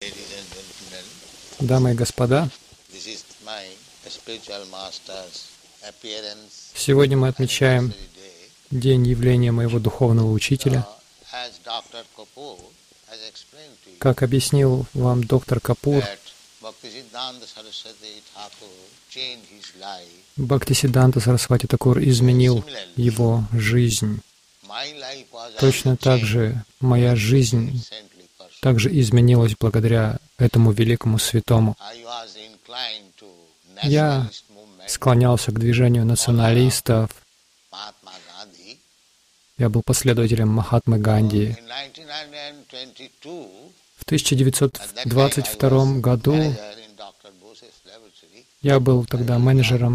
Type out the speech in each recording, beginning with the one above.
Ladies and gentlemen, Дамы и господа, this is my spiritual master's appearance сегодня мы отмечаем anniversary day. день явления моего духовного учителя. So, as Dr. Kapoor has explained to you, Как объяснил вам доктор Капур, that Bhaktisiddhanta Saraswati Thakur changed his life. Бхактисиддханта Сарасвати Такур изменил его жизнь. My life was Точно also так changed же моя жизнь recently person. также изменилась благодаря этому великому святому. I was inclined to Я nationalist movement, склонялся к движению националистов. Mahatma Gandhi. Я был последователем Махатмы Ганди. In 1922, В 1922 году manager in Dr. Bose's laboratory, я был тогда менеджером man,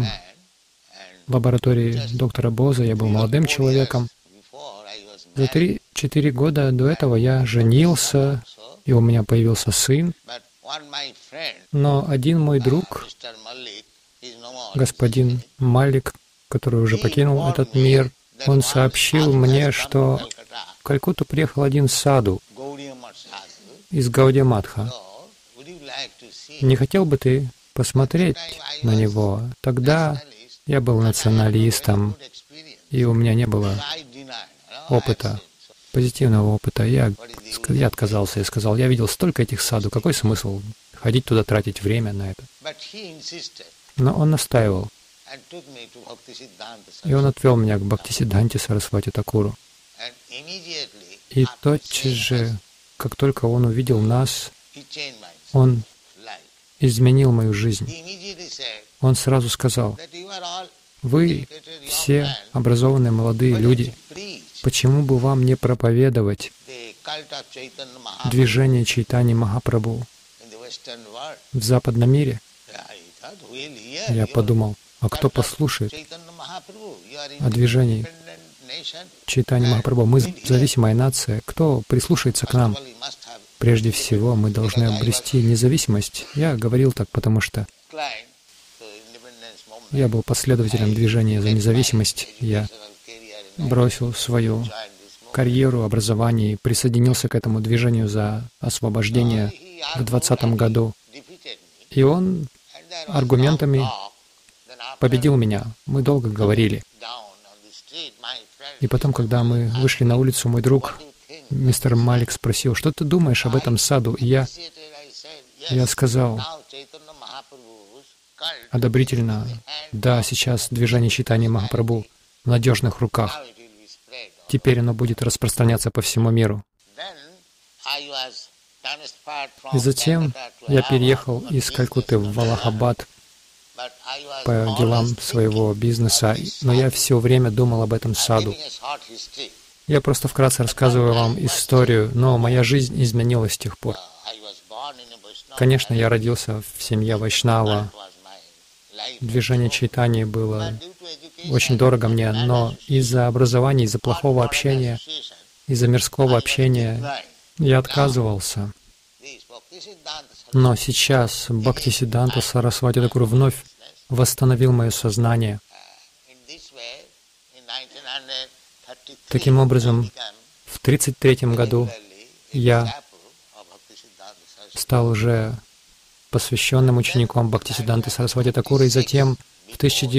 and лаборатории доктора Боза, я был молодым человеком. before I was За married. 3-4 года до этого я женился, So, и у меня появился сын. but one my friend, Но один мой друг, Mr. Malik, is no more. господин Малик, который уже покинул этот мир, он сообщил мне, что в Калькутту приехал один саду Gaudiya Math Sadhu. из Гаудия-Матха. So, would you like to see? Не хотел бы ты посмотреть на него? Тогда я был националистом, Good experience. и у меня не было I denied. опыта, позитивного опыта. Я отказался и сказал, я видел столько этих саду, какой смысл ходить туда, тратить время на это? But he insisted Но он настаивал, and took me to Bhaktisiddhanta и он Saraswati. отвел меня к Бхактисиддханте Сарасвати Такуру. And immediately И after тотчас seeing us, же, как только он увидел нас, he changed my он life. изменил мою жизнь. He immediately said Он сразу сказал, that you are all вы educated young все men, образованные молодые why don't люди, you preach почему бы вам не проповедовать the cult of Chaitanya Mahaprabhu движение Чайтани Махапрабху in the Western world? в западном мире? I thought, who will hear Я your подумал, а кто cult of послушает Chaitanya Mahaprabhu? You are о in движении independent nation. Чайтани Махапрабху? Мы зависимая нация. Кто прислушается к First of нам? all, you must have Прежде всего, мы должны обрести независимость. Я говорил так, потому что inclined to independence movement. я был последователем движения за независимость. Я Educational career in бросил свою joined this movement. карьеру, образование и присоединился к этому движению за освобождение в 2020 году. Defeated me. И он And there was аргументами some talk. Then after победил меня. Мы долго говорили. down on the street, my friend, И потом, когда мы вышли на улицу, мой друг, what do you think? мистер Малик, спросил, что ты думаешь об этом саду? И я I said, Я yes, сказал now Chaitanya Mahaprabhu's cult, одобрительно, да, сейчас движение Чайтани Махапрабху в надежных руках. now it will be spread. Теперь оно будет распространяться по всему миру. Then I was transferred from И затем Calcutta to я Allahabad переехал for из business Калькутты в Аллахабад but I was по делам always своего бизнеса, но я все время думал об этом саду. giving a short history. Я просто вкратце рассказываю вам историю, но моя жизнь изменилась с тех пор. I was born in a Vaishnava Конечно, family. я родился в семье Вайшнава. That was my life. Движение Чайтани было But due to education, очень дорого мне, но из-за образования, из-за плохого общения, association, из-за мирского общения declined. я отказывался. This Bhaktisiddhanta Но сейчас Бхактисиддханта Сарасвати Такур вновь восстановил мое сознание. in this way, in 1933, Таким образом, I became в 1933 году regularly a я disciple of Bhaktisiddhanta Saraswati. стал уже посвященным учеником Бхактисиддханты Сарасвати Такура, и затем в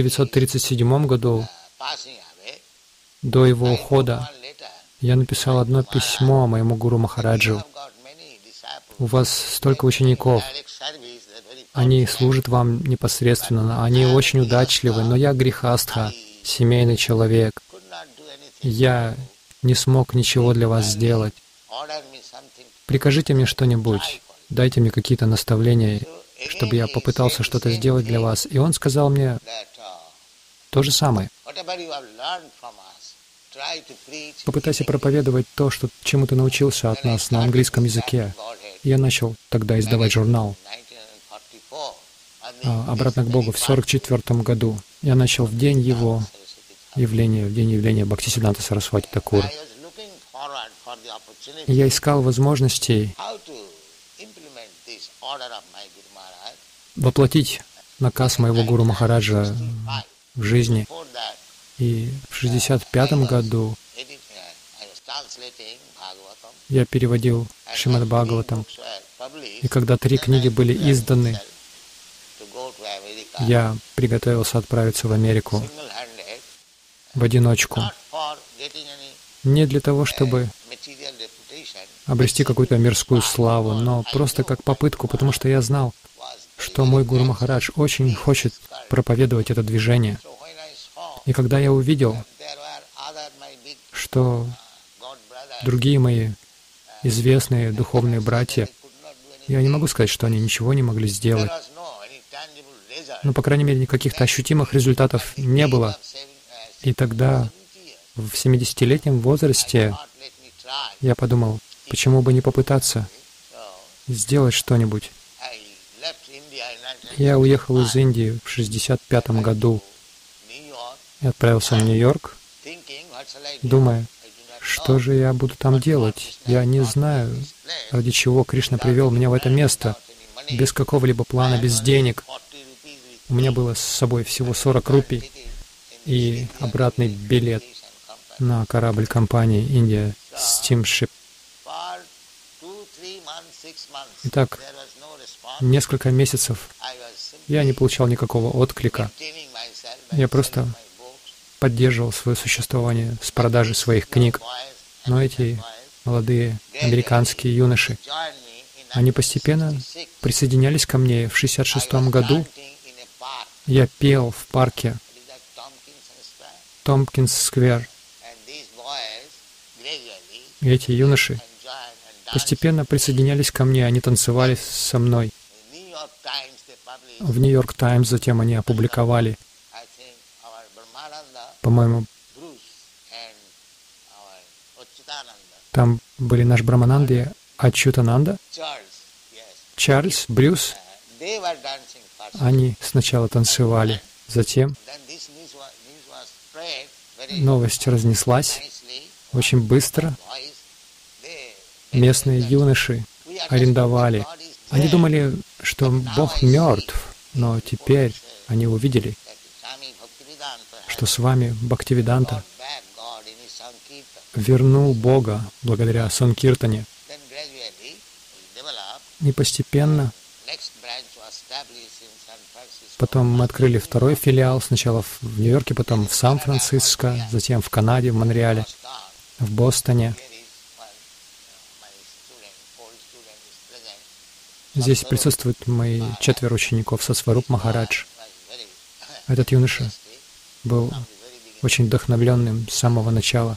1937 году, Passing away, до его ухода, one letter, я написал одно письмо моему гуру Махараджу. I've got many disciples. У вас столько учеников, Direct service, they're very они служат вам непосредственно, они очень удачливы, но я грехастха, семейный человек. could not do anything. Я не смог ничего для вас сделать. Order me something. Прикажите мне что-нибудь, дайте мне какие-то наставления, чтобы я попытался что-то сделать для вас. И он сказал мне That то же самое. whatever you have learned from us, try to preach. Попытайся проповедовать то, чему ты научился от нас на английском языке. И я начал тогда издавать журнал 1944. «Обратно к Богу» в 1944 году. Я начал в день его явления, в день явления Бхактисиддханта Сарасвати Такура. I was looking forward for the opportunity И я искал возможностей how to implement this order of my Guru Maharaj. воплотить наказ моего гуру Махараджа в жизни. Before that, И в 1965 году I was translating Bhagavatam. я переводил Шримад Бхагаватам. Books were published И когда 3 книги были изданы, я приготовился отправиться в Америку в одиночку. Не для того, чтобы обрести какую-то мирскую славу, но просто как попытку, потому что я знал, что мой Гуру Махарадж очень хочет проповедовать это движение. И когда я увидел, что другие мои известные духовные братья, я не могу сказать, что они ничего не могли сделать, но, по крайней мере, каких-то ощутимых результатов не было. И тогда, в 70-летнем возрасте, я подумал, почему бы не попытаться сделать что-нибудь. Я уехал из Индии в 1965 году и отправился в Нью-Йорк, думая, что же я буду там делать? Я не знаю, ради чего Кришна привел меня в это место, без какого-либо плана, без денег. У меня было с собой всего 40 рупий и обратный билет на корабль компании India Steamship. Итак, несколько месяцев я не получал никакого отклика. Я просто поддерживал свое существование с продажей своих книг. Но эти молодые американские юноши, они постепенно присоединялись ко мне. В 1966 году я пел в парке Томпкинс-сквер. И эти юноши постепенно присоединялись ко мне, они танцевали со мной. В Нью-Йорк Таймс затем они опубликовали, по-моему, там были наш Брамананда и Ачютананда, Чарльз, Брюс. Они сначала танцевали, затем новость разнеслась очень быстро. Местные юноши арендовали. Они думали, что Бог мертв, но теперь они увидели, что с вами Бхактивиданта вернул Бога благодаря Санкиртане. И постепенно потом мы открыли второй филиал, сначала в Нью-Йорке, потом в Сан-Франциско, затем в Канаде, в Монреале, в Бостоне. Здесь присутствуют мои 4 учеников со Сваруб Махарадж. Этот юноша был очень вдохновленным с самого начала.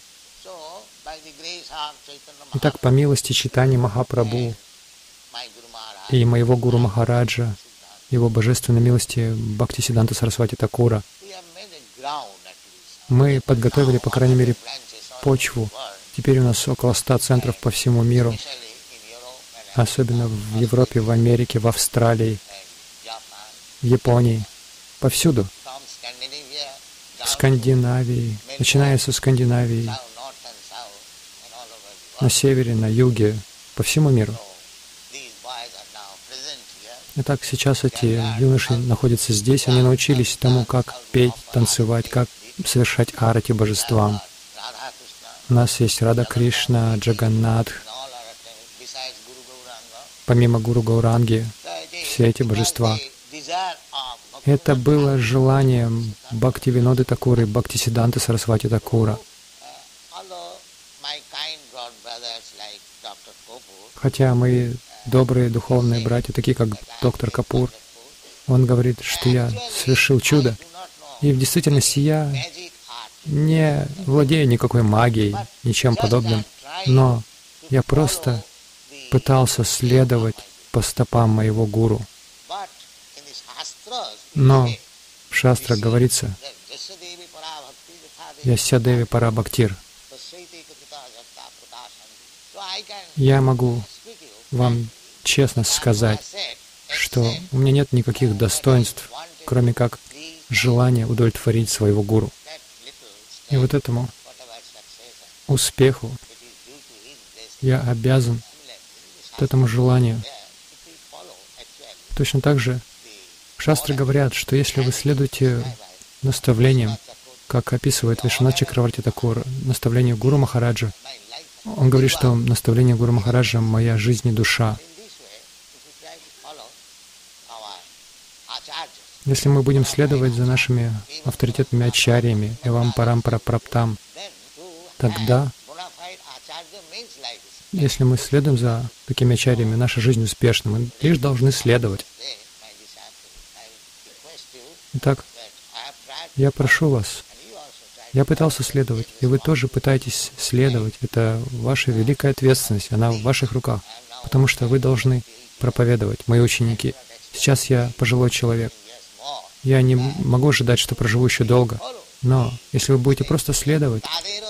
Итак, по милости Чайтаньи Махапрабху и моего Гуру Махараджа, его божественной милости Бхактисиддханта Сарасвати Такура, мы подготовили, по крайней мере, почву. Теперь у нас около 100 центров по всему миру, особенно в Европе, в Америке, в Австралии, в Японии, повсюду. В Скандинавии, начиная со Скандинавии, на севере, на юге, по всему миру. Итак, сейчас эти юноши находятся здесь, они научились тому, как петь, танцевать, как совершать арати божествам. У нас есть Рада Кришна, Джаганнат, помимо Гуру Гауранги, все эти божества. Это было желанием Бхактивиноды Такуры, Бхактисиддханты Сарасвати Такура. Хотя мои добрые духовные братья, такие как доктор Капур, он говорит, что я совершил чудо. И в действительности я не владею никакой магией, ничем подобным, но я просто пытался следовать по стопам моего гуру. Но в шастрах говорится, «Ясья-деви пара бхактир». Я могу вам честно сказать, что у меня нет никаких достоинств, кроме как желания удовлетворить своего гуру. И вот этому успеху я обязан, вот этому желанию. Точно так же шастры говорят, что если вы следуете наставлениям, как описывает Вишванат Чакраварти Такур, наставлению Гуру Махараджа, он говорит, что наставление Гуру Махараджа — моя жизнь и душа. Если мы будем следовать за нашими авторитетными ачарьями, Эвам Парампара Праптам, тогда, если мы следуем за такими ачарьями, наша жизнь успешна. Мы лишь должны следовать. Итак, я прошу вас, я пытался следовать, и вы тоже пытаетесь следовать. Это ваша великая ответственность, она в ваших руках, потому что вы должны проповедовать, мои ученики. Сейчас я пожилой человек. Я не могу ожидать, что проживу еще долго. Но если вы будете просто следовать,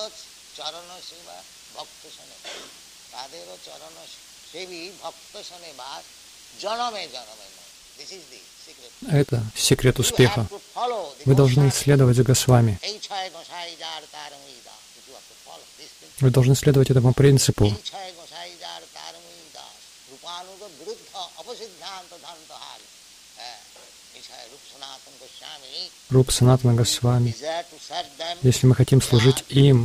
это секрет успеха. Вы должны следовать за Госвами. Вы должны следовать этому принципу. Руп Санатана Госвами. Если мы хотим служить им,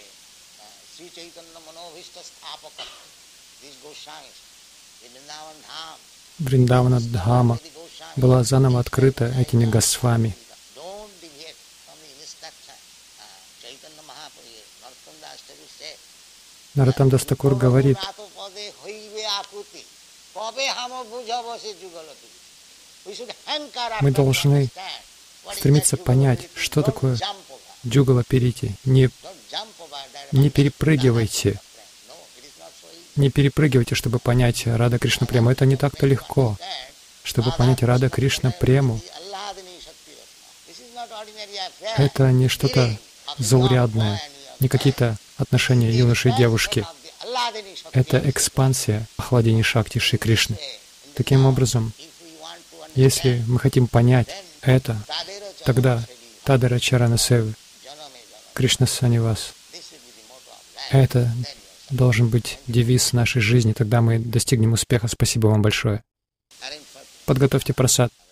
Вриндавана Дхама была заново открыта этими Госвами. Нароттам Дас Такур говорит, мы должны стремиться понять, что такое джугала перити. Не перепрыгивайте. Не перепрыгивайте, чтобы понять Рада Кришна Прему. Это не так-то легко. Чтобы понять Рада Кришна Прему, это не что-то заурядное, не какие-то отношения юноши и девушки. Это экспансия Ахладини Шакти Шри Кришны. Таким образом, если мы хотим понять это, тогда Тадара Чарана Севы, Кришна Санивас, это должен быть девиз нашей жизни, тогда мы достигнем успеха. Спасибо вам большое. Подготовьте прасад.